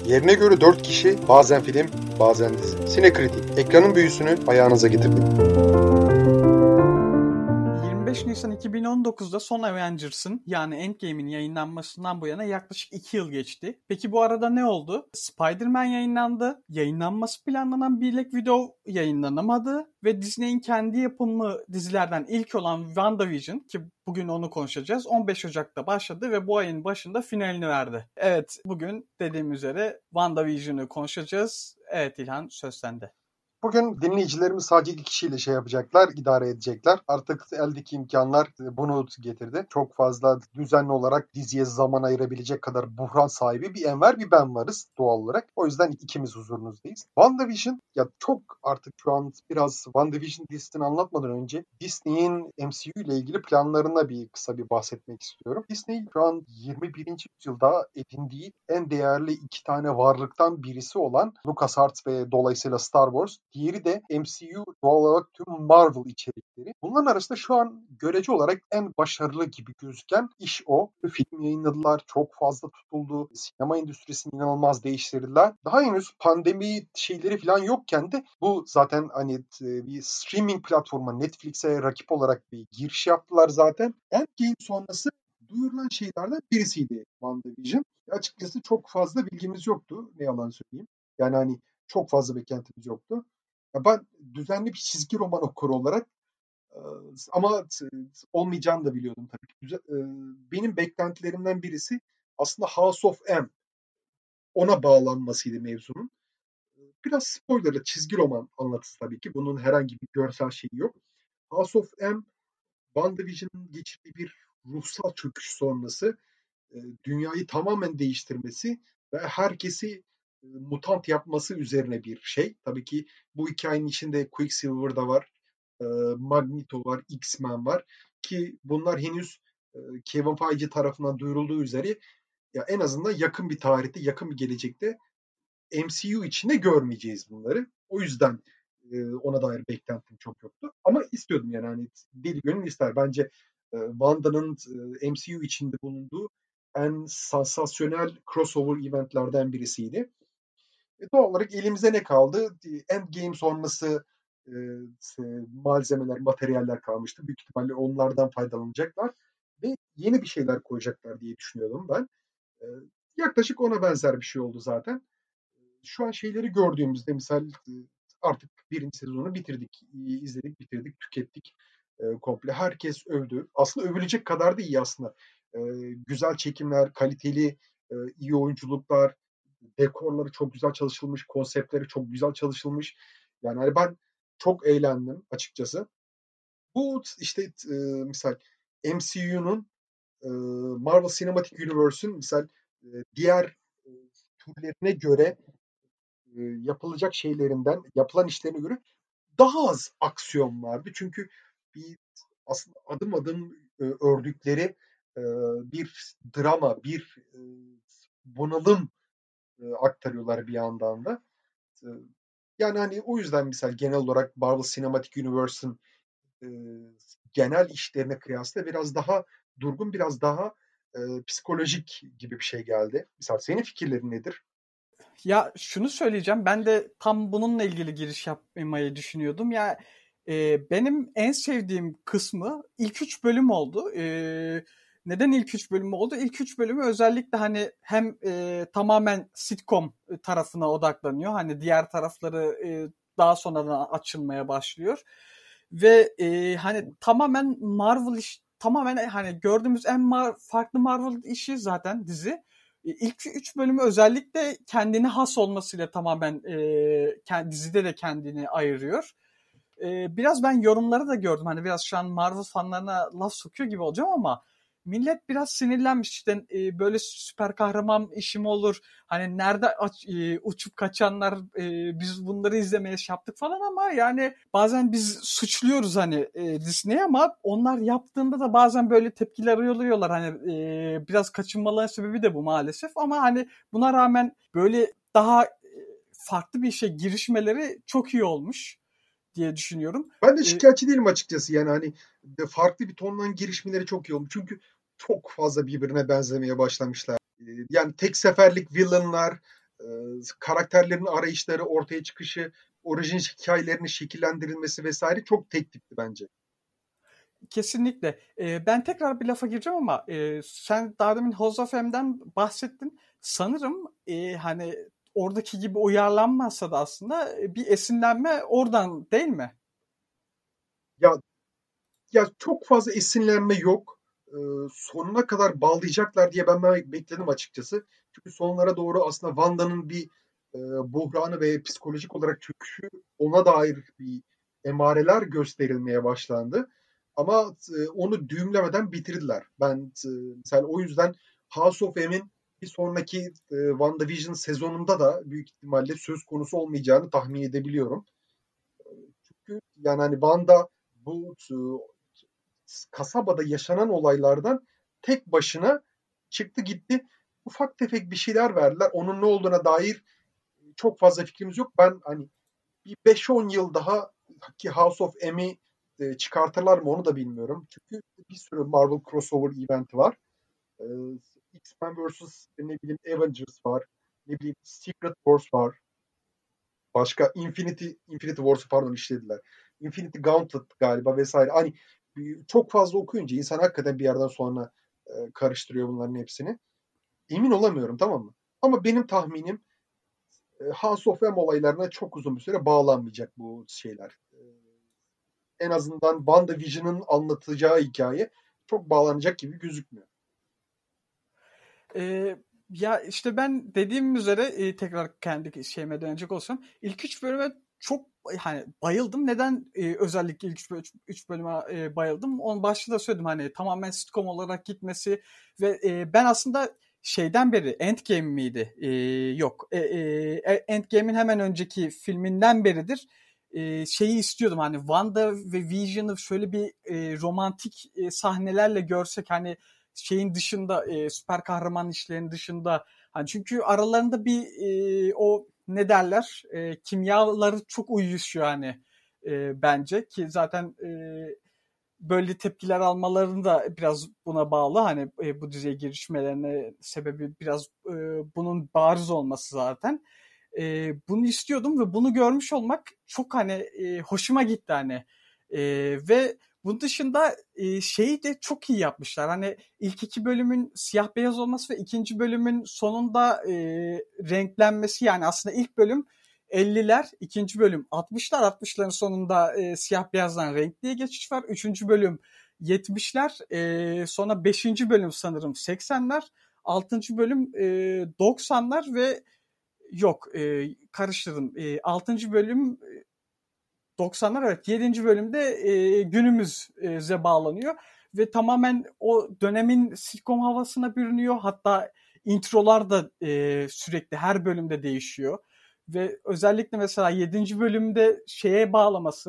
Yerine göre 4 kişi, bazen film, bazen dizi. Sinekritik, ekranın büyüsünü ayağınıza getirdik. 25 Nisan 2019'da son Avengers'ın yani Endgame'in yayınlanmasından bu yana yaklaşık 2 yıl geçti. Peki bu arada ne oldu? Spider-Man yayınlandı. Yayınlanması planlanan Black Widow yayınlanamadı. Ve Disney'in kendi yapımı dizilerden ilk olan WandaVision, ki bugün onu konuşacağız, 15 Ocak'ta başladı ve bu ayın başında finalini verdi. Evet, bugün dediğim üzere WandaVision'ı konuşacağız. Evet İlhan, söz sende. Bugün dinleyicilerimiz sadece 2 kişiyle yapacaklar, idare edecekler. Artık eldeki imkanlar bunu getirdi. Çok fazla düzenli olarak diziye zaman ayırabilecek kadar buhran sahibi bir Enver bir ben varız doğal olarak. O yüzden ikimiz huzurunuzdayız. WandaVision, ya çok artık şu an biraz WandaVision dizisini anlatmadan önce Disney'in MCU ile ilgili planlarına kısa bir bahsetmek istiyorum. Disney şu an 21. yüzyılda edindiği en değerli 2 tane varlıktan birisi olan LucasArts ve dolayısıyla Star Wars. Diğeri de MCU, doğal olarak tüm Marvel içerikleri. Bunların arasında şu an görece olarak en başarılı gibi gözüken iş o. Film yayınladılar, çok fazla tutuldu. Sinema endüstrisini inanılmaz değiştirdiler. Daha henüz pandemi şeyleri falan yokken de bu zaten hani bir streaming platforma Netflix'e rakip olarak bir giriş yaptılar zaten. Endgame sonrası duyurulan şeylerden birisiydi WandaVision. Açıkçası çok fazla bilgimiz yoktu. Ne yalan söyleyeyim. Yani hani çok fazla beklentimiz yoktu. Ya ben düzenli bir çizgi roman okuru olarak ama olmayacağını da biliyordum tabii ki. Benim beklentilerimden birisi aslında House of M. Ona bağlanmasıydı mevzunun. Biraz spoilerlı çizgi roman anlatısı tabii ki. Bunun herhangi bir görsel şeyi yok. House of M, WandaVision'ın geçirdiği bir ruhsal çöküş sonrası dünyayı tamamen değiştirmesi ve herkesi mutant yapması üzerine bir şey. Tabii ki bu hikayenin içinde Quicksilver da var, Magneto var, X-Men var ki bunlar henüz Kevin Feige tarafından duyurulduğu üzere ya en azından yakın bir tarihte, yakın bir gelecekte MCU içinde görmeyeceğiz bunları. O yüzden ona dair beklentim çok yoktu. Ama istiyordum yani hani deli gönül ister. Bence Wanda'nın MCU içinde bulunduğu en sansasyonel crossover eventlerden birisiydi. Doğal olarak elimize ne kaldı? Endgame sonrası e, malzemeler, materyaller kalmıştı. Büyük ihtimalle onlardan faydalanacaklar ve yeni bir şeyler koyacaklar diye düşünüyordum ben. E, Yaklaşık ona benzer bir şey oldu zaten. Şu an şeyleri gördüğümüzde misal artık birinci sezonu bitirdik, izledik, bitirdik, tükettik komple. Herkes övdü. Aslında övülecek kadar da iyi aslında. Güzel çekimler, kaliteli, iyi oyunculuklar, dekorları çok güzel çalışılmış, konseptleri çok güzel çalışılmış. Yani hani ben çok eğlendim açıkçası. Bu işte misal MCU'nun Marvel Cinematic Universe'ün misal diğer türlerine göre yapılacak şeylerinden, yapılan işlerine göre daha az aksiyon vardı. Çünkü bir aslında adım adım ördükleri bir drama, bir bunalım aktarıyorlar bir yandan da. E, Yani hani o yüzden misal genel olarak Marvel Cinematic Universe'ın e, genel işlerine kıyasla biraz daha durgun, biraz daha psikolojik gibi bir şey geldi. Misal senin fikirlerin nedir? Ya şunu söyleyeceğim. Ben de tam bununla ilgili giriş yapmayı düşünüyordum. Ya benim en sevdiğim kısmı ilk 3 bölüm oldu. Neden ilk 3 bölüm oldu? İlk 3 bölümü özellikle hani hem tamamen sitcom tarafına odaklanıyor. Hani diğer tarafları daha sonradan açılmaya başlıyor. Ve hani tamamen tamamen hani gördüğümüz en farklı Marvel işi zaten dizi. İlk 3 bölümü özellikle kendine has olmasıyla tamamen dizide de kendini ayırıyor. Biraz ben yorumları da gördüm. Hani biraz şu an Marvel fanlarına laf sokuyor gibi olacağım ama millet biraz sinirlenmiş. İşte böyle süper kahraman işi mi olur? Hani nerede uçup kaçanlar biz bunları izlemeye yaptık falan ama yani bazen biz suçluyoruz hani Disney'i ama onlar yaptığında da bazen böyle tepkiler alıyorlar. Hani biraz kaçınmaların sebebi de bu maalesef ama hani buna rağmen böyle daha farklı bir işe girişmeleri çok iyi olmuş diye düşünüyorum. Ben de şikayetçi değilim açıkçası. Yani hani farklı bir tondan girişmeleri çok iyi olmuş. Çünkü çok fazla birbirine benzemeye başlamışlar. Yani tek seferlik villainlar, karakterlerin arayışları, ortaya çıkışı, orijin hikayelerinin şekillendirilmesi vesaire çok tek tipti bence. Kesinlikle. Ben tekrar bir lafa gireceğim ama sen daha demin House of M'den bahsettin. Sanırım hani oradaki gibi uyarlanmazsa da aslında bir esinlenme oradan değil mi? Ya ya çok fazla esinlenme yok. Sonuna kadar bağlayacaklar diye ben bekledim açıkçası. Çünkü sonlara doğru aslında Wanda'nın bir buhranı ve psikolojik olarak çöküşü, ona dair bir emareler gösterilmeye başlandı. Ama onu düğümlemeden bitirdiler. Ben mesela o yüzden House of M'in bir sonraki WandaVision sezonunda da büyük ihtimalle söz konusu olmayacağını tahmin edebiliyorum. Çünkü yani hani Wanda bu kasabada yaşanan olaylardan tek başına çıktı gitti. Ufak tefek bir şeyler verdiler. Onun ne olduğuna dair çok fazla fikrimiz yok. Ben hani bir 5-10 yıl daha ki House of M'i çıkartırlar mı onu da bilmiyorum. Çünkü bir sürü Marvel crossover eventi var. Ee, X-Men vs. ne bileyim Avengers var. Ne bileyim Secret Wars var. Başka Infinity Wars'u pardon işlediler. Infinity Gauntlet galiba vesaire. Hani çok fazla okuyunca insan hakikaten bir yerden sonra karıştırıyor bunların hepsini. Emin olamıyorum, tamam mı? Ama benim tahminim House of M olaylarına çok uzun bir süre bağlanmayacak bu şeyler. En azından WandaVision'ın anlatacağı hikaye çok bağlanacak gibi gözükmüyor. Ya işte ben dediğim üzere tekrar kendi şeyime dönecek olsam ilk 3 bölüme çok hani bayıldım. Neden özellikle ilk 3 bölüme bayıldım? Onu başta da söyledim hani tamamen sitcom olarak gitmesi ve ben aslında şeyden beri Endgame miydi? Yok. Endgame'in hemen önceki filminden beridir şeyi istiyordum hani Wanda ve Vision'ı şöyle bir romantik sahnelerle görsek hani şeyin dışında süper kahraman işlerinin dışında hani çünkü aralarında bir o ne derler kimyaları çok uyuşuyor hani bence ki zaten böyle tepkiler almalarını da biraz buna bağlı hani bu diziye girişmelerine sebebi biraz bunun bariz olması zaten. Bunu istiyordum ve bunu görmüş olmak çok hani hoşuma gitti hani. Ve bunun dışında şeyi de çok iyi yapmışlar. Hani ilk iki bölümün siyah beyaz olması ve ikinci bölümün sonunda renklenmesi yani aslında ilk bölüm 50'ler, ikinci bölüm 60'lar, 60'ların sonunda siyah beyazdan renkliye geçiş var. Üçüncü bölüm 70'ler, sonra beşinci bölüm sanırım 80'ler, altıncı bölüm 90'lar ve yok karıştırdım. 6. bölüm 90'lar evet. Yedinci bölümde günümüze bağlanıyor ve tamamen o dönemin sitcom havasına bürünüyor. Hatta introlar da sürekli her bölümde değişiyor. Ve özellikle mesela yedinci bölümde şeye bağlaması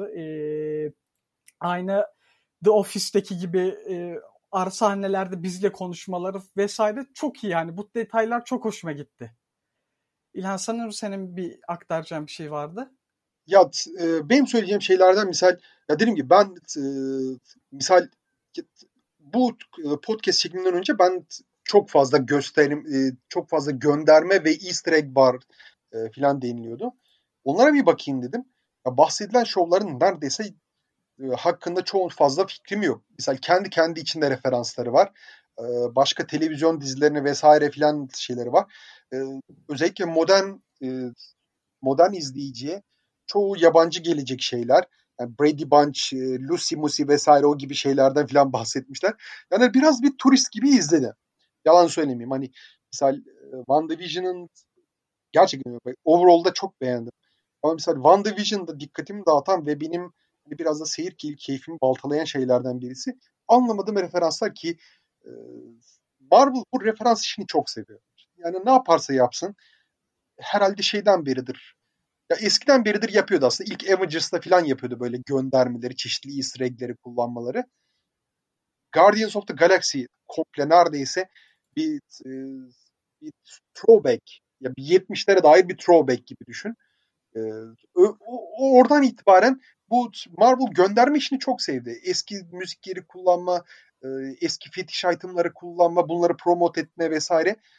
aynı The Office'teki gibi ara sahnelerde bizle konuşmaları vesaire çok iyi yani bu detaylar çok hoşuma gitti. İlhan sanırım senin bir aktaracağın bir şey vardı. Ya benim söyleyeceğim şeylerden misal ya dedim ki ben misal bu podcast çekiminden önce ben çok fazla çok fazla gönderme ve Easter egg var filan deniliyordu. Onlara bir bakayım dedim. Ya bahsedilen şovların neredeyse hakkında çok fazla fikrim yok. Mesela kendi içinde referansları var. Başka televizyon dizilerine vesaire filan şeyleri var. E, Özellikle modern izleyiciye çoğu yabancı gelecek şeyler. Yani Brady Bunch, Lucy Musi vesaire o gibi şeylerden falan bahsetmişler. Yani biraz bir turist gibi izledim. Yalan söylemeyeyim. Hani misal WandaVision'ın gerçekten overall'da çok beğendim. Ama mesela WandaVision'da dikkatimi dağıtan ve benim hani biraz da seyir keyfimi baltalayan şeylerden birisi. Anlamadığım referanslar ki e, Marvel bu referans işini çok seviyor. Yani ne yaparsa yapsın herhalde şeyden beridir. Ya eskiden beridir yapıyordu aslında. İlk Avengers'ta falan yapıyordu böyle göndermeleri, çeşitli easter egg'leri kullanmaları. Guardians of the Galaxy komple neredeyse bir, e, bir throwback. Ya bir 70'lere dair bir throwback gibi düşün. E, oradan itibaren bu Marvel gönderme işini çok sevdi. Eski müzikleri kullanma, eski fetiş itemları kullanma, bunları promote etme vesaire.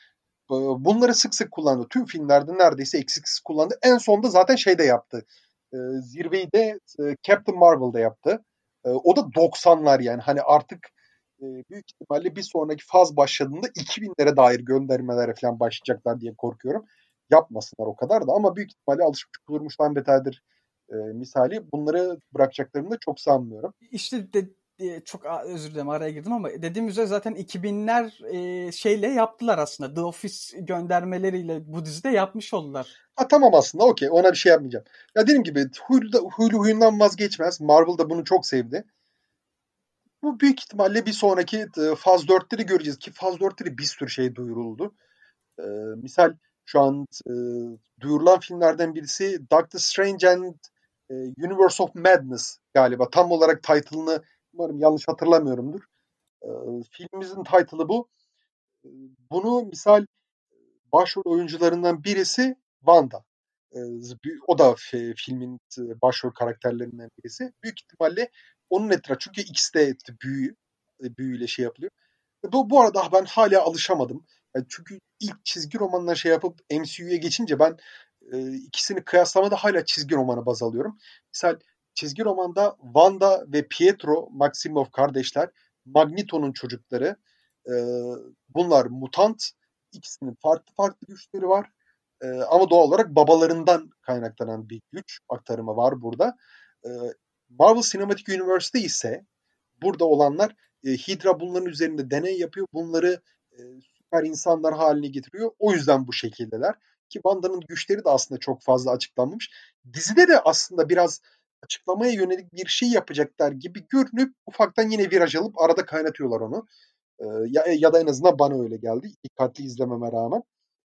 Bunları sık sık kullandı. Tüm filmlerde neredeyse eksiksiz kullandı. En sonunda zaten şey de yaptı. Zirveyi de Captain Marvel'da yaptı. O da 90'lar yani. Hani artık büyük ihtimalle bir sonraki faz başladığında 2000'lere dair göndermelere falan başlayacaklar diye korkuyorum. Yapmasınlar o kadar da ama büyük ihtimalle alışmış kurulmuştan beterdir misali. Bunları bırakacaklarını da çok sanmıyorum. İşte çok özür dilerim araya girdim ama dediğim üzere zaten 2000'ler şeyle yaptılar aslında. The Office göndermeleriyle bu dizide yapmış oldular. Ha tamam aslında okey ona bir şey yapmayacağım. Ya dediğim gibi huylu huyundan vazgeçmez. Marvel da bunu çok sevdi. Bu büyük ihtimalle bir sonraki Faz 4'te de göreceğiz ki Faz 4'te de bir sürü şey duyuruldu. E, misal şu an duyurulan filmlerden birisi Doctor Strange and Universe of Madness galiba. Tam olarak title'ını umarım yanlış hatırlamıyorumdur. E, filmimizin title'ı bu. E, bunu misal başrol oyuncularından birisi Wanda. O da filmin başrol karakterlerinden birisi. Büyük ihtimalle onun etrafı. Çünkü ikisi de büyüyle şey yapılıyor. Bu arada ben hala alışamadım. Yani çünkü ilk çizgi romanlar şey yapıp MCU'ya geçince ben ikisini kıyaslamada hala çizgi romanı baz alıyorum. Misal çizgi romanda Wanda ve Pietro Maximoff kardeşler, Magneto'nun çocukları. E, bunlar mutant. İkisinin farklı farklı güçleri var. Ama doğal olarak babalarından kaynaklanan bir güç aktarımı var burada. E, Marvel Cinematic Universe'de ise burada olanlar Hydra bunların üzerinde deney yapıyor. Bunları süper insanlar haline getiriyor. O yüzden bu şekildeler. Ki Wanda'nın güçleri de aslında çok fazla açıklanmamış. Dizide de aslında biraz açıklamaya yönelik bir şey yapacaklar gibi görünüp ufaktan yine viraj alıp arada kaynatıyorlar onu. Ya da en azından bana öyle geldi. Dikkatli izlememe rağmen.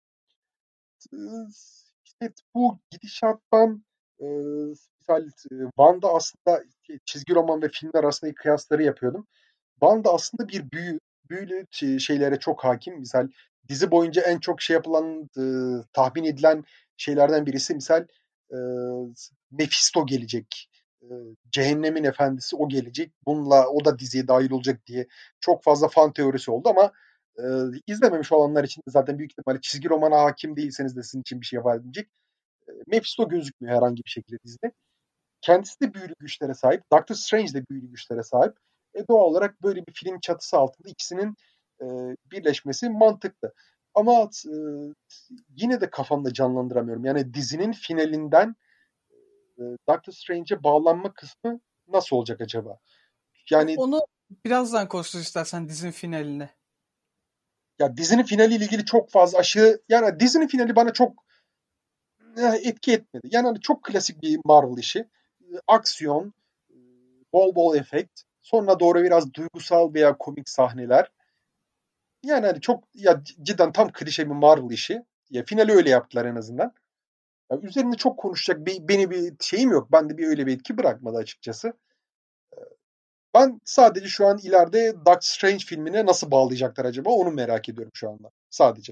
İşte bu gidişattan misal Wanda aslında çizgi roman ve filmler arasındaki kıyasları yapıyordum. Wanda aslında bir büyülü şeylere çok hakim. Misal dizi boyunca en çok şey yapılan, tahmin edilen şeylerden birisi misal e, Mephisto gelecek. Cehennemin efendisi o gelecek. Bununla o da diziye dahil olacak diye çok fazla fan teorisi oldu ama e, izlememiş olanlar için de zaten büyük ihtimalle çizgi romana hakim değilseniz de sizin için bir şey ifade edecek. Mephisto gözükmüyor herhangi bir şekilde dizide. Kendisi de büyülü güçlere sahip. Doctor Strange de büyülü güçlere sahip. Doğal olarak böyle bir film çatısı altında ikisinin e, birleşmesi mantıklı. Ama yine de kafamda canlandıramıyorum. Yani dizinin finalinden Doctor Strange'e bağlanma kısmı nasıl olacak acaba? Yani Onu birazdan konuşuruz istersen dizinin finaline. ya dizinin finaliyle ilgili çok fazla yani dizinin finali bana çok etki etmedi. Yani hani çok klasik bir Marvel işi. Aksiyon, bol bol efekt. Sonra doğru biraz duygusal veya komik sahneler. Yani hani çok ya cidden tam klişe bir Marvel işi. Ya finali öyle yaptılar en azından. Ya üzerinde çok konuşacak beni bir şeyim yok. Bende bir öyle bir etki bırakmadı açıkçası. Ben sadece şu an ileride Doctor Strange filmine nasıl bağlayacaklar acaba onu merak ediyorum şu anda. Sadece.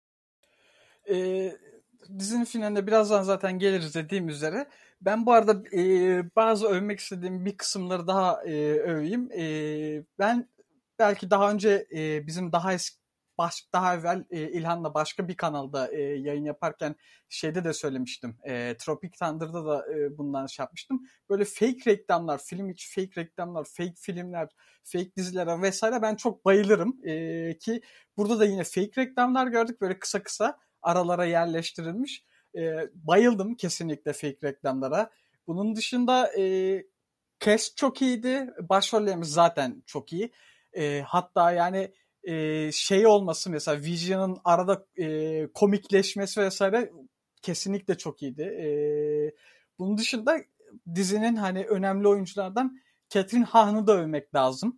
Dizinin finaline birazdan zaten geliriz dediğim üzere. Ben bu arada bazı övmek istediğim bir kısımları daha öveyim. Ben belki daha önce bizim daha eski daha evvel İlhan'la başka bir kanalda yayın yaparken şeyde de söylemiştim. Tropic Thunder'da da bundan şey yapmıştım. Böyle fake reklamlar, film içi fake reklamlar, fake filmler, fake dizilere vesaire ben çok bayılırım. Ki burada da yine fake reklamlar gördük böyle kısa kısa aralara yerleştirilmiş. Bayıldım kesinlikle fake reklamlara. Bunun dışında cast çok iyiydi. Başrollerimiz zaten çok iyi. Hatta yani şey olması mesela Vision'ın arada komikleşmesi vesaire kesinlikle çok iyiydi. Bunun dışında dizinin hani önemli oyunculardan Catherine Hahn'ı da övmek lazım.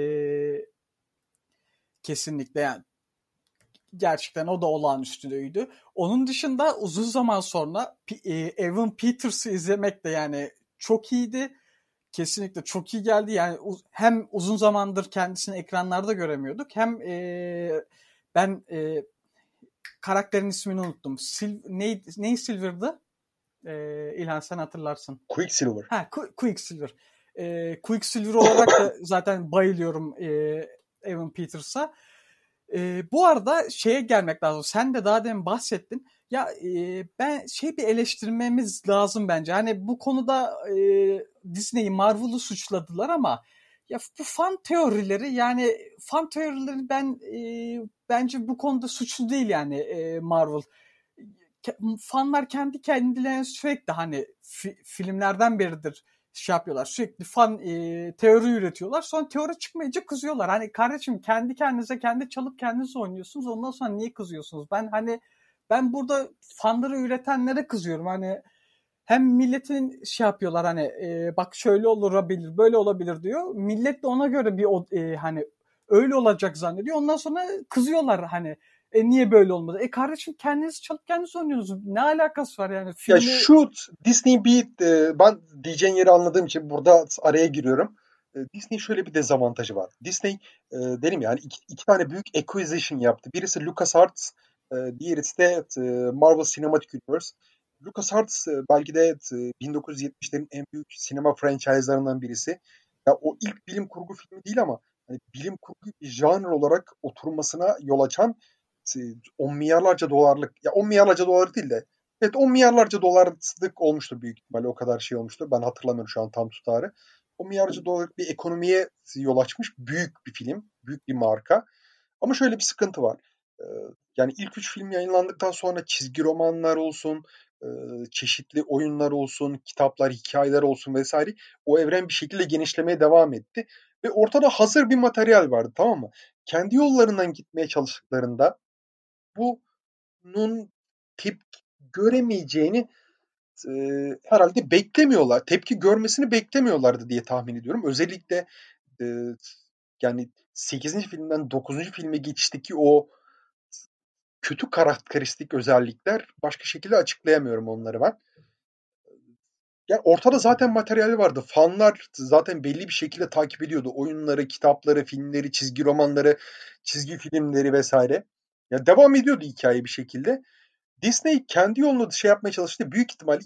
Kesinlikle yani gerçekten o da olağanüstüydü. Onun dışında uzun zaman sonra Evan Peters'ı izlemek de yani çok iyiydi. Kesinlikle çok iyi geldi. Yani hem uzun zamandır kendisini ekranlarda göremiyorduk hem ben karakterin ismini unuttum. Ney Silver'dı? İlhan sen hatırlarsın. Quicksilver. Ha, Quicksilver. Quicksilver olarak da zaten bayılıyorum Evan Peters'a. Bu arada şeye gelmek lazım. Sen de daha demin bahsettin. Ya ben bir eleştirmemiz lazım bence. Hani bu konuda Disney'i, Marvel'ı suçladılar ama ya bu fan teorileri, yani fan teorileri bence bu konuda suçlu değil yani Marvel. Fanlar kendi kendilerine sürekli hani filmlerden beridir yapıyorlar. Sürekli fan teori üretiyorlar. Sonra teori çıkmayınca kızıyorlar. Hani kardeşim, kendi kendinize kendi çalıp kendiniz oynuyorsunuz. Ondan sonra niye kızıyorsunuz? Ben burada fanları üretenlere kızıyorum. Hani hem milletin yapıyorlar, hani bak şöyle olabilir, böyle olabilir diyor. Millet de ona göre hani öyle olacak zannediyor. Ondan sonra kızıyorlar hani niye böyle olmadı? Kardeşim, kendiniz çalıp kendiniz oynuyorsunuz. Ne alakası var yani Ya filmi? şu Disney ben diyeceğin yeri anladığım için burada araya giriyorum. Disney şöyle bir dezavantajı var. Disney dedim yani iki tane büyük acquisition yaptı. Birisi LucasArts, diğerisi de Marvel Cinematic Universe. LucasArts belki de 1970'lerin en büyük sinema franchise'larından birisi. Ya o ilk bilim kurgu filmi değil ama hani bilim kurgu bir janr olarak oturmasına yol açan e, on milyarlarca dolarlık, ya 10 milyarlarca dolar değil de evet 10 milyarlarca dolarlık olmuştur büyük ihtimalle. O kadar şey olmuştur. Ben hatırlamıyorum şu an tam tutarı. 10 milyarlarca dolarlık bir ekonomiye yol açmış büyük bir film. Büyük bir marka. Ama şöyle bir sıkıntı var. Ee, Yani ilk 3 film yayınlandıktan sonra çizgi romanlar olsun, e, çeşitli oyunlar olsun, kitaplar, hikayeler olsun vesaire, o evren bir şekilde genişlemeye devam etti. Ve ortada hazır bir materyal vardı, tamam mı? Kendi yollarından gitmeye çalıştıklarında bunun tepki göremeyeceğini herhalde beklemiyorlar. Tepki görmesini beklemiyorlardı diye tahmin ediyorum. Özellikle eee, yani 8. filmden 9. filme geçişteki o kötü karakteristik özellikler, başka şekilde açıklayamıyorum onları ben. Yani ortada zaten materyali vardı. Fanlar zaten belli bir şekilde takip ediyordu. Oyunları, kitapları, filmleri, çizgi romanları, çizgi filmleri vesaire. Ya devam ediyordu hikaye bir şekilde. Disney kendi yolunu yapmaya çalıştı. Büyük ihtimal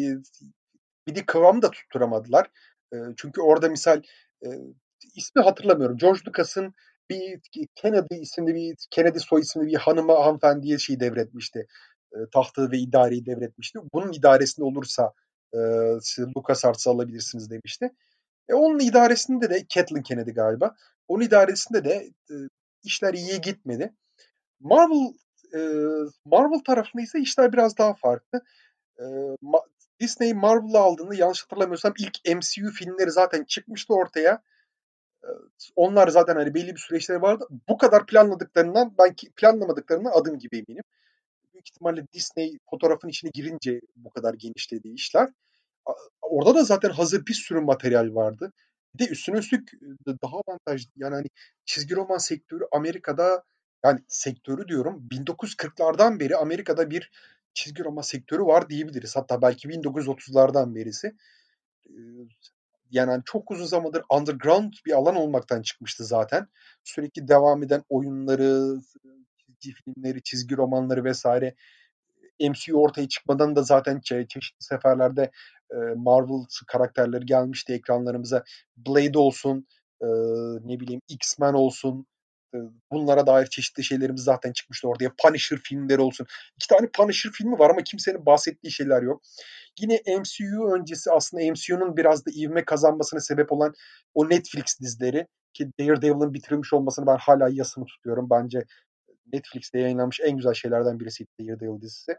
bir de kıvamı da tutturamadılar. Çünkü orada misal e, ismi hatırlamıyorum. George Lucas'ın bir Kennedy soy isimli bir hanımefendiye devretmişti. Tahtı ve idareyi devretmişti. Bunun idaresinde olursa siz LucasArts'ı alabilirsiniz demişti. Onun idaresinde de Kathleen Kennedy galiba. Onun idaresinde de işler iyiye gitmedi. Marvel e, Marvel tarafında ise işler biraz daha farklı. E, Ma- Disney Marvel'ı aldığında, yanlış hatırlamıyorsam, ilk MCU filmleri zaten çıkmıştı ortaya. E, Onlar zaten hani belli bir süreçleri vardı. Bu kadar planlamadıklarından adım gibi eminim. Büyük ihtimalle Disney fotoğrafın içine girince bu kadar genişledi işler. Orada da zaten hazır bir sürü materyal vardı. Bir de üstüne üstlük daha avantajlı. Yani hani çizgi roman sektörü Amerika'da, yani sektörü diyorum, 1940'lardan beri Amerika'da bir çizgi roman sektörü var diyebiliriz. Hatta belki 1930'lardan berisi. Ee, Yani hani çok uzun zamandır underground bir alan olmaktan çıkmıştı zaten. Sürekli devam eden oyunları, çizgi filmleri, çizgi romanları vesaire, MCU ortaya çıkmadan da zaten çeşitli seferlerde Marvel karakterleri gelmişti ekranlarımıza. Blade olsun, e, ne bileyim X-Men olsun, e, bunlara dair çeşitli şeylerimiz zaten çıkmıştı ortaya. Punisher filmleri olsun. 2 tane Punisher filmi var ama kimsenin bahsettiği şeyler yok. Yine MCU öncesi, aslında MCU'nun biraz da ivme kazanmasına sebep olan o Netflix dizileri, ki Daredevil'ın bitirilmiş olmasını ben hala yasını tutuyorum. Bence Netflix'te yayınlanmış en güzel şeylerden birisiydi Daredevil dizisi.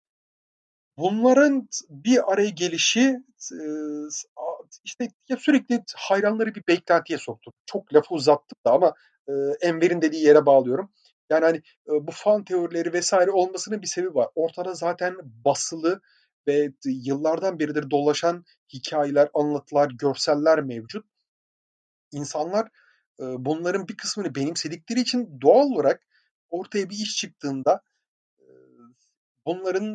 Bunların bir araya gelişi işte ya sürekli hayranları bir beklentiye soktu. Çok lafı uzattım da ama Enver'in dediği yere bağlıyorum. Yani hani bu fan teorileri vesaire olmasının bir sebebi var. Ortada zaten basılı ve yıllardan beridir dolaşan hikayeler, anlatılar, görseller mevcut. İnsanlar bunların bir kısmını benimsedikleri için doğal olarak ortaya bir iş çıktığında e, bunların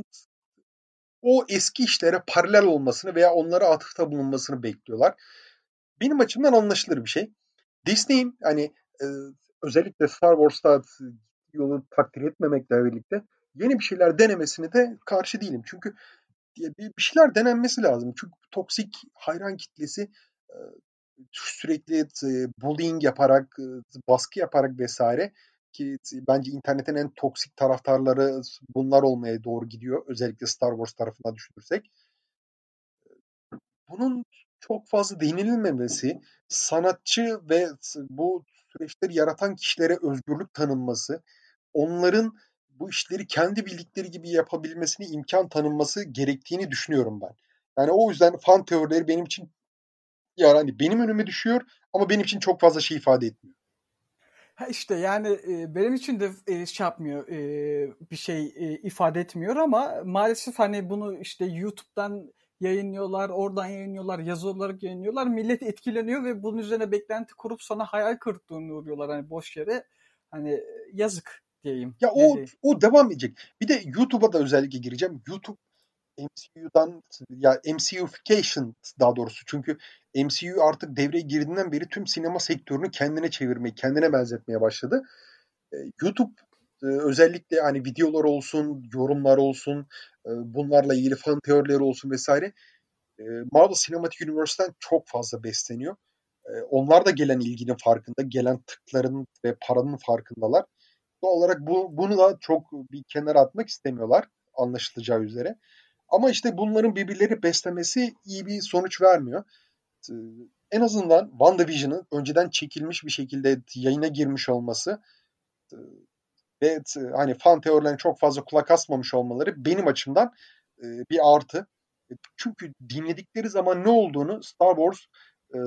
o eski işlere paralel olmasını veya onlara atıfta bulunmasını bekliyorlar. Benim açımdan anlaşılır bir şey. Disney'in hani e, özellikle Star Wars'ta yolu takdir etmemekle birlikte yeni bir şeyler denemesine de karşı değilim. Çünkü bir şeyler denenmesi lazım. Çünkü toksik hayran kitlesi sürekli bullying yaparak, baskı yaparak vesaire ki bence internetin en toksik taraftarları bunlar olmaya doğru gidiyor. Özellikle Star Wars tarafından düşünürsek. Bunun çok fazla değinilmemesi, sanatçı ve bu süreçleri yaratan kişilere özgürlük tanınması, onların bu işleri kendi bildikleri gibi yapabilmesine imkan tanınması gerektiğini düşünüyorum ben. Yani o yüzden fan teorileri benim için yani hani benim önüme düşüyor ama benim için çok fazla şey ifade etmiyor. Ha işte yani benim için de şey yapmıyor, bir şey ifade etmiyor ama maalesef hani bunu işte YouTube'dan yayınlıyorlar, oradan yayınlıyorlar, yazı olarak yayınlıyorlar. Millet etkileniyor ve bunun üzerine beklenti kurup sonra hayal kırıklığına uğruyorlar hani boş yere. Hani yazık diyeyim. Ya Ne o diyeyim? o devam edecek. Bir de YouTube'a da özellikle gireceğim. YouTube MCU'dan ya MCUification daha doğrusu. Çünkü MCU artık devreye girdiğinden beri tüm sinema sektörünü kendine çevirmeye, kendine benzetmeye başladı. YouTube özellikle hani videolar olsun, yorumlar olsun, bunlarla ilgili fan teorileri olsun vesaire. Marvel Cinematic Universe'ten çok fazla besleniyor. Onlar da gelen ilginin farkında, gelen tıkların ve paranın farkındalar. Doğal olarak bunu da çok bir kenara atmak istemiyorlar anlaşılacağı üzere. Ama işte bunların birbirleri beslemesi iyi bir sonuç vermiyor. Ee, En azından WandaVision'ın önceden çekilmiş bir şekilde yayına girmiş olması ve hani fan teorilerine çok fazla kulak asmamış olmaları benim açımdan bir artı. Çünkü dinledikleri zaman ne olduğunu Star Wars e,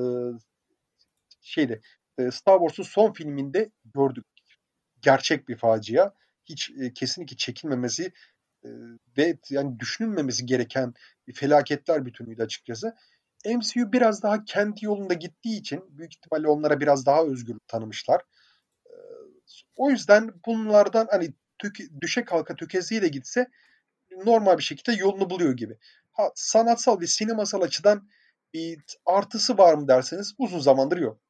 şeyde Star Wars'un son filminde gördük. Gerçek bir facia. Hiç kesinlikle çekinmemesi ve yani düşünülmemesi gereken felaketler bütünüydü açıkçası. MCU biraz daha kendi yolunda gittiği için büyük ihtimalle onlara biraz daha özgürlük tanımışlar. O yüzden bunlardan hani düşe kalka tökezliğe de gitse normal bir şekilde yolunu buluyor gibi. Ha, sanatsal ve sinemasal açıdan bir artısı var mı derseniz uzun zamandır yok.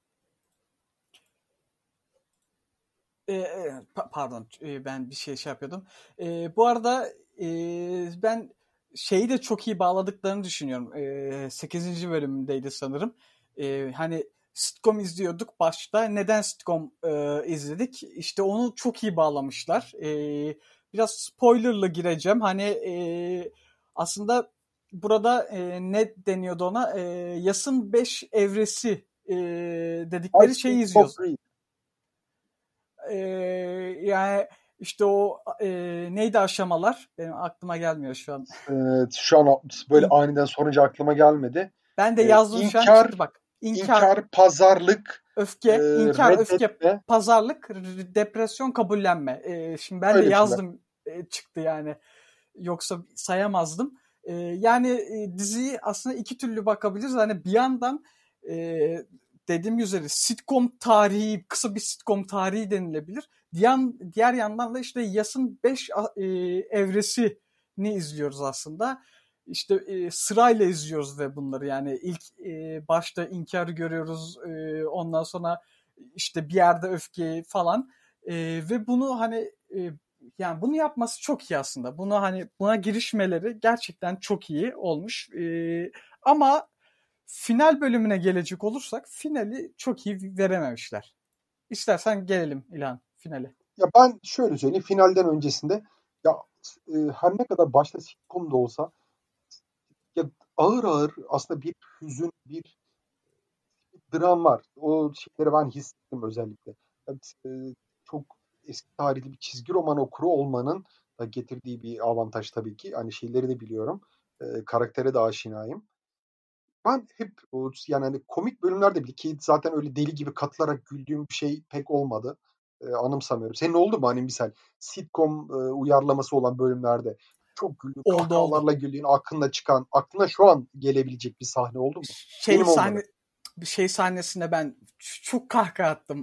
Pardon, ben bir şey yapıyordum. Bu arada ben şeyi de çok iyi bağladıklarını düşünüyorum. 8. bölümündeydi sanırım. Hani sitcom izliyorduk başta. Neden sitcom izledik? İşte onu çok iyi bağlamışlar. Biraz spoilerla gireceğim. Hani aslında burada ne deniyordu ona? Yasın 5 evresi I dedikleri şeyi Speak for izliyoruz. Free. Yani işte o neydi aşamalar? Benim aklıma gelmiyor şu an. Şu an böyle İn- aniden sorunca aklıma gelmedi. Ben de yazdım şu an çıktı İnkar, bak. İnkar, inkar, pazarlık, öfke, inkar, öfke, reddetme, pazarlık, depresyon, kabullenme. Şimdi ben de öyle bir şeyler. yazdım çıktı yani. Yoksa sayamazdım. Yani diziyi aslında iki türlü bakabiliriz. Hani bir yandan e, dediğim üzere sitcom tarihi, kısa bir sitcom tarihi denilebilir. Diğer yandan da işte Yas'ın 5 evresini izliyoruz aslında. İşte sırayla izliyoruz ve bunları yani ilk başta inkarı görüyoruz, ondan sonra işte bir yerde öfke falan. Ve bunu hani yani bunu yapması çok iyi aslında. Bunu hani buna girişmeleri gerçekten çok iyi olmuş. Ama final bölümüne gelecek olursak finali çok iyi verememişler. İstersen gelelim İlhan finale. Ya ben şöyle söyleyeyim, finalden öncesinde ya her ne kadar başta sitcom da olsa ya ağır ağır aslında bir hüzün, bir dram var. O şeyleri ben hissettim özellikle. Yani, çok eski tarihli bir çizgi roman okuru olmanın da getirdiği bir avantaj tabii ki. Hani şeyleri de biliyorum. Karaktere de aşinayım. Ben hep o yani hani komik bölümlerde bile ki zaten öyle deli gibi katılarak güldüğüm bir şey pek olmadı. Anımsamıyorum. Senin oldu mu hani misal sitcom uyarlaması olan bölümlerde çok güldüğün, Oldu oldu. kahkahalarla güldüğün, aklına çıkan, aklına şu an gelebilecek bir sahne oldu mu? Şey Benim olmadı. sahne bir şey sahnesinde ben çok kahkaha attım.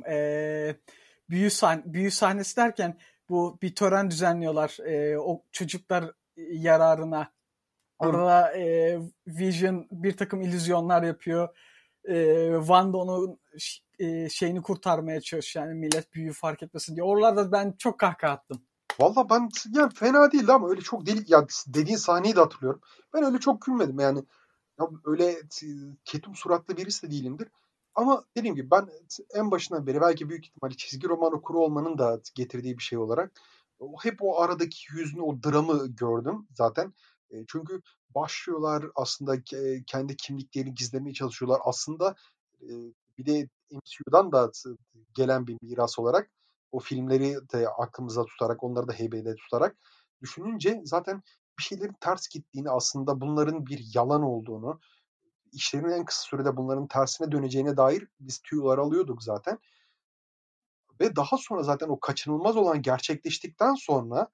Büyü sahnesi derken bu bir tören düzenliyorlar. O çocuklar yararına. Hı. Orada Vision bir takım illüzyonlar yapıyor. Wanda onun şeyini kurtarmaya çalışıyor. Yani millet büyüyü fark etmesin diye. Oralarda ben çok kahkaha attım. Valla ben yani fena değildi ama öyle çok deli ya dediğin sahneyi de hatırlıyorum. Ben öyle çok gülmedim yani. Ya öyle ketum suratlı birisi de değilimdir. Ama dediğim gibi ben en başından beri belki büyük ihtimalle çizgi roman okuru olmanın da getirdiği bir şey olarak hep o aradaki hüznü, o dramı gördüm zaten. Çünkü başlıyorlar aslında kendi kimliklerini gizlemeye çalışıyorlar. Aslında e, bir de MCU'dan da gelen bir miras olarak o filmleri de aklımıza tutarak, onları da heybede tutarak düşününce zaten bir şeylerin ters gittiğini, aslında bunların bir yalan olduğunu, işlerin en kısa sürede bunların tersine döneceğine dair biz tüyolar alıyorduk zaten. Ve daha sonra zaten o kaçınılmaz olan gerçekleştikten sonra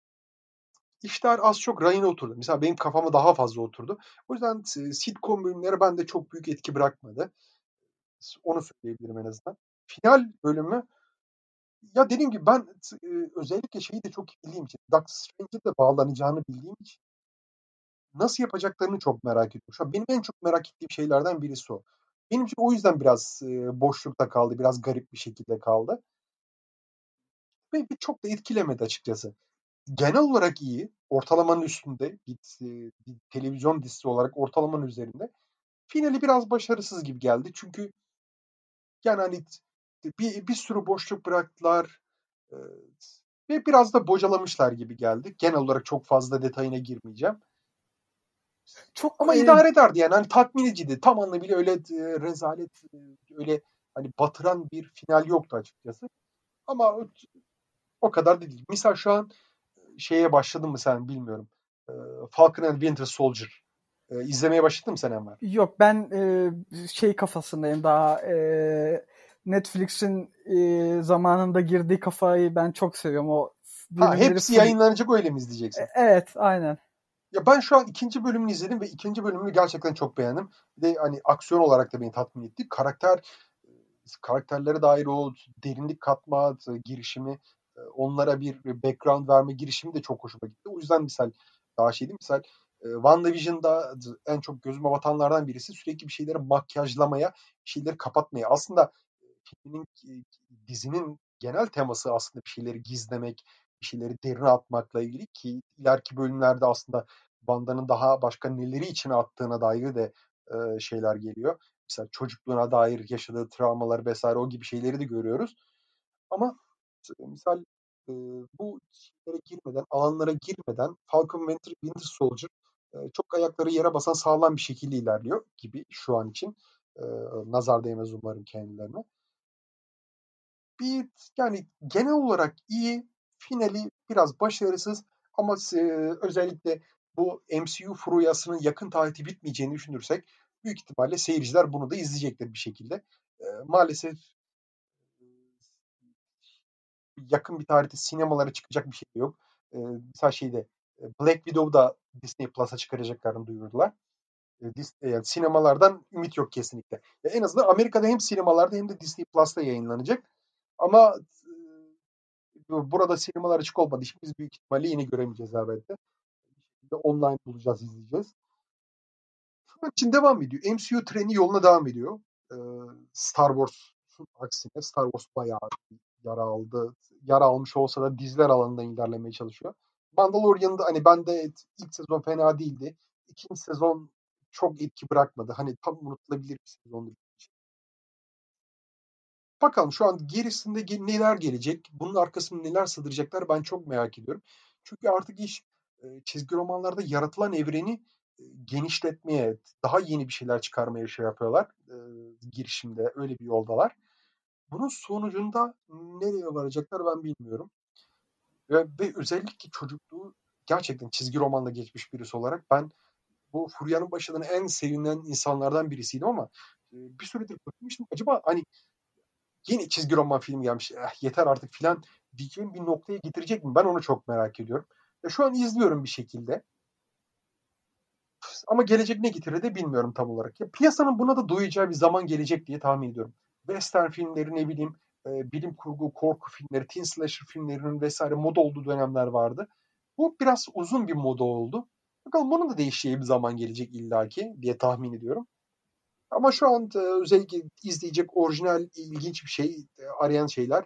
işler az çok rayına oturdu. Mesela benim kafama daha fazla oturdu. O yüzden sitcom bölümleri bende çok büyük etki bırakmadı. Onu söyleyebilirim en azından. Final bölümü, ya dediğim gibi ben özellikle şeyi de çok iyi bildiğim için, Doctor Strange'e de bağlanacağını bildiğim için nasıl yapacaklarını çok merak ediyorum. Şu an benim en çok merak ettiğim şeylerden birisi o. Benim için o yüzden biraz boşlukta kaldı. Biraz garip bir şekilde kaldı. Ve çok da etkilemedi açıkçası. Genel olarak iyi. Ortalamanın üstünde. Bir televizyon dizisi olarak ortalamanın üzerinde. Finali biraz başarısız gibi geldi. Çünkü yani hani bir sürü boşluk bıraktılar. E, Ve biraz da bocalamışlar gibi geldi. Genel olarak çok fazla detayına girmeyeceğim. Çok Ama idare ederdi yani. Hani tatmin ediciydi. Tam anlamıyla öyle rezalet, öyle hani batıran bir final yoktu açıkçası. Ama o kadar değil. Misal şu an şeye başladın mı sen bilmiyorum. Falcon and Winter Soldier. İzlemeye başladın mı sen Enver? Yok, ben şey kafasındayım daha, Netflix'in zamanında girdiği kafayı ben çok seviyorum. O Ha, bölümleri hepsi full. yayınlanacak öyle mi izleyeceksin? Evet, aynen. Ya ben şu an ikinci bölümünü izledim ve ikinci bölümünü gerçekten çok beğendim. Bir de hani aksiyon olarak da beni tatmin etti. Karakterlere dair o derinlik katma girişimi, onlara bir background verme girişimi de çok hoşuma gitti. O yüzden misal daha şey değil, misal WandaVision'da en çok gözüme batanlardan birisi sürekli bir şeyleri makyajlamaya, bir şeyleri kapatmaya. Aslında filminin, dizinin genel teması aslında bir şeyleri gizlemek, bir şeyleri derine atmakla ilgili ki ileriki bölümlerde aslında Wanda'nın daha başka neleri içine attığına dair de şeyler geliyor. Mesela çocukluğuna dair yaşadığı travmalar vesaire o gibi şeyleri de görüyoruz. Ama misal bu şeylere girmeden, alanlara girmeden Falcon Winter Soldier çok ayakları yere basan sağlam bir şekilde ilerliyor gibi şu an için. E, Nazar değmez umarım kendilerine. Bir yani genel olarak iyi, finali biraz başarısız ama özellikle bu MCU furyasının yakın tarihte bitmeyeceğini düşünürsek büyük ihtimalle seyirciler bunu da izleyecektir bir şekilde. Maalesef yakın bir tarihte sinemalara çıkacak bir şey yok. Mesela şeyde Black Widow'da Disney Plus'a çıkaracaklarını duyurdular. Yani sinemalardan ümit yok kesinlikle. En azından Amerika'da hem sinemalarda hem de Disney Plus'ta yayınlanacak. Ama burada sinemalar açık olmadığı için biz büyük ihtimalle yine göremeyeceğiz elbette. Online bulacağız, izleyeceğiz. Şu an için devam ediyor. MCU treni yoluna devam ediyor. Ee, Star Wars'un aksine Star Wars bayağı yara aldı. Yara almış olsa da diziler alanından ilerlemeye çalışıyor. Mandalorian'da hani bende ilk sezon fena değildi. İkinci sezon çok etki bırakmadı. Hani tam unutulabilir bir sezondu. Bakalım şu an gerisinde neler gelecek? Bunun arkasında neler sığdıracaklar ben çok merak ediyorum. Çünkü artık iş çizgi romanlarda yaratılan evreni genişletmeye, daha yeni bir şeyler çıkarmaya şey yapıyorlar. Girişimde öyle bir yoldalar. Bunun sonucunda nereye varacaklar ben bilmiyorum. Ve özellikle çocukluğu gerçekten çizgi romanla geçmiş birisi olarak ben bu furyanın başından en sevinen insanlardan birisiydim ama bir süredir bakmıştım. Acaba hani yeni çizgi roman filmi gelmiş. Yeter artık filan diyeceğim bir noktaya getirecek mi? Ben onu çok merak ediyorum. Şu an izliyorum bir şekilde. Ama gelecek ne getirir de bilmiyorum tam olarak. Ya, piyasanın buna da doyacağı bir zaman gelecek diye tahmin ediyorum. Western filmleri ne bileyim, bilim kurgu, korku filmleri, teen slasher filmlerinin vesaire moda olduğu dönemler vardı. Bu biraz uzun bir moda oldu. Bakalım bunun da değişeceği bir zaman gelecek illaki diye tahmin ediyorum. Ama şu an özellikle izleyecek orijinal, ilginç bir şey arayan şeyler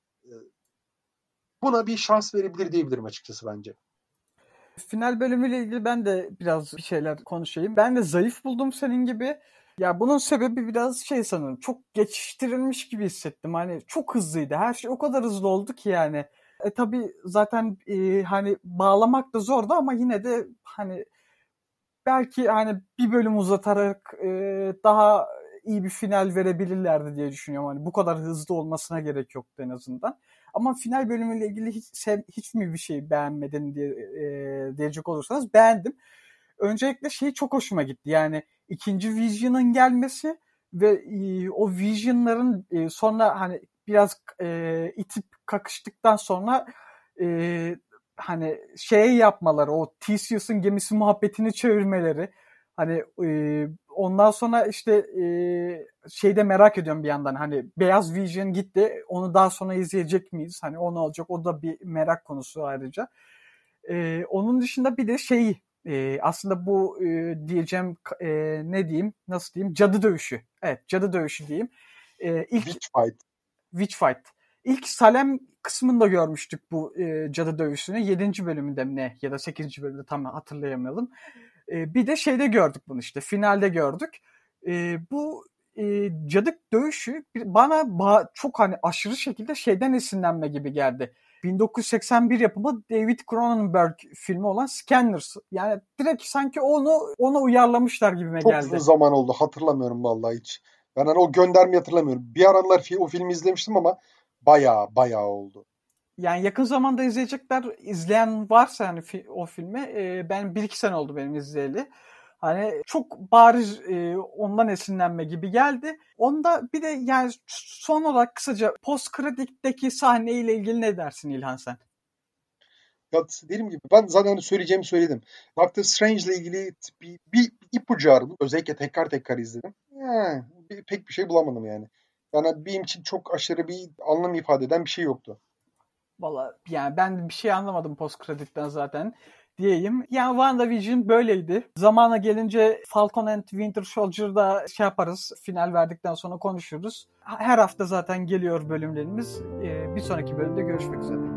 buna bir şans verebilir diyebilirim açıkçası bence. Final bölümüyle ilgili ben de biraz bir şeyler konuşayım. Ben de zayıf buldum senin gibi. Ya bunun sebebi biraz şey sanırım. Çok geçiştirilmiş gibi hissettim. Hani çok hızlıydı. Her şey o kadar hızlı oldu ki yani. Tabii zaten hani bağlamak da zordu ama yine de hani belki hani bir bölüm uzatarak daha iyi bir final verebilirlerdi diye düşünüyorum. Hani bu kadar hızlı olmasına gerek yoktu en azından. Ama final bölümüyle ilgili hiç mi bir şey beğenmedin diye diyecek olursanız beğendim. Öncelikle şey çok hoşuma gitti. Yani ikinci Vision'ın gelmesi ve o Vision'ların sonra hani biraz itip kakıştıktan sonra hani şey yapmaları, o Theseus'un gemisi muhabbetini çevirmeleri, hani ondan sonra işte şeyde merak ediyorum bir yandan, hani Beyaz Vision gitti, onu daha sonra izleyecek miyiz? Hani o ne olacak? O da bir merak konusu ayrıca. Onun dışında bir de şey, aslında bu diyeceğim, ne diyeyim, nasıl diyeyim, cadı dövüşü. Evet, cadı dövüşü diyeyim. İlk Witch Fight. Witch Fight. İlk Salem kısmında görmüştük bu cadı dövüşünü. 7. bölümünde mi ne ya da 8. bölümde, tam hatırlayamadım. Bir de şeyde gördük bunu, işte finalde gördük. Bu cadı dövüşü bana çok hani aşırı şekilde şeyden esinlenme gibi geldi. 1981 yapımı David Cronenberg filmi olan Scanners. Yani direkt sanki ona uyarlamışlar gibime Çok uzun geldi. zaman oldu. Hatırlamıyorum vallahi hiç. Ben hani o göndermeyi hatırlamıyorum. Bir aralar o filmi izlemiştim ama bayağı oldu. Yani yakın zamanda izleyen varsa yani o filmi, ben 1-2 sene oldu benim izleyeli. Hani çok bariz ondan esinlenme gibi geldi. Onda bir de yani son olarak kısaca post kreditteki sahneyle ilgili ne dersin İlhan sen? Ya dediğim gibi ben zaten hani söyleyeceğimi söyledim. Doctor Strange ile ilgili bir ipucu aradım. Özellikle tekrar izledim. Pek bir şey bulamadım yani. Yani benim için çok aşırı bir anlam ifade eden bir şey yoktu. Valla yani ben bir şey anlamadım post kreditten zaten diyeyim. Yani WandaVision böyleydi. Zamana gelince Falcon and Winter Soldier'da şey yaparız. Final verdikten sonra konuşuruz. Her hafta zaten geliyor bölümlerimiz. Bir sonraki bölümde görüşmek üzere.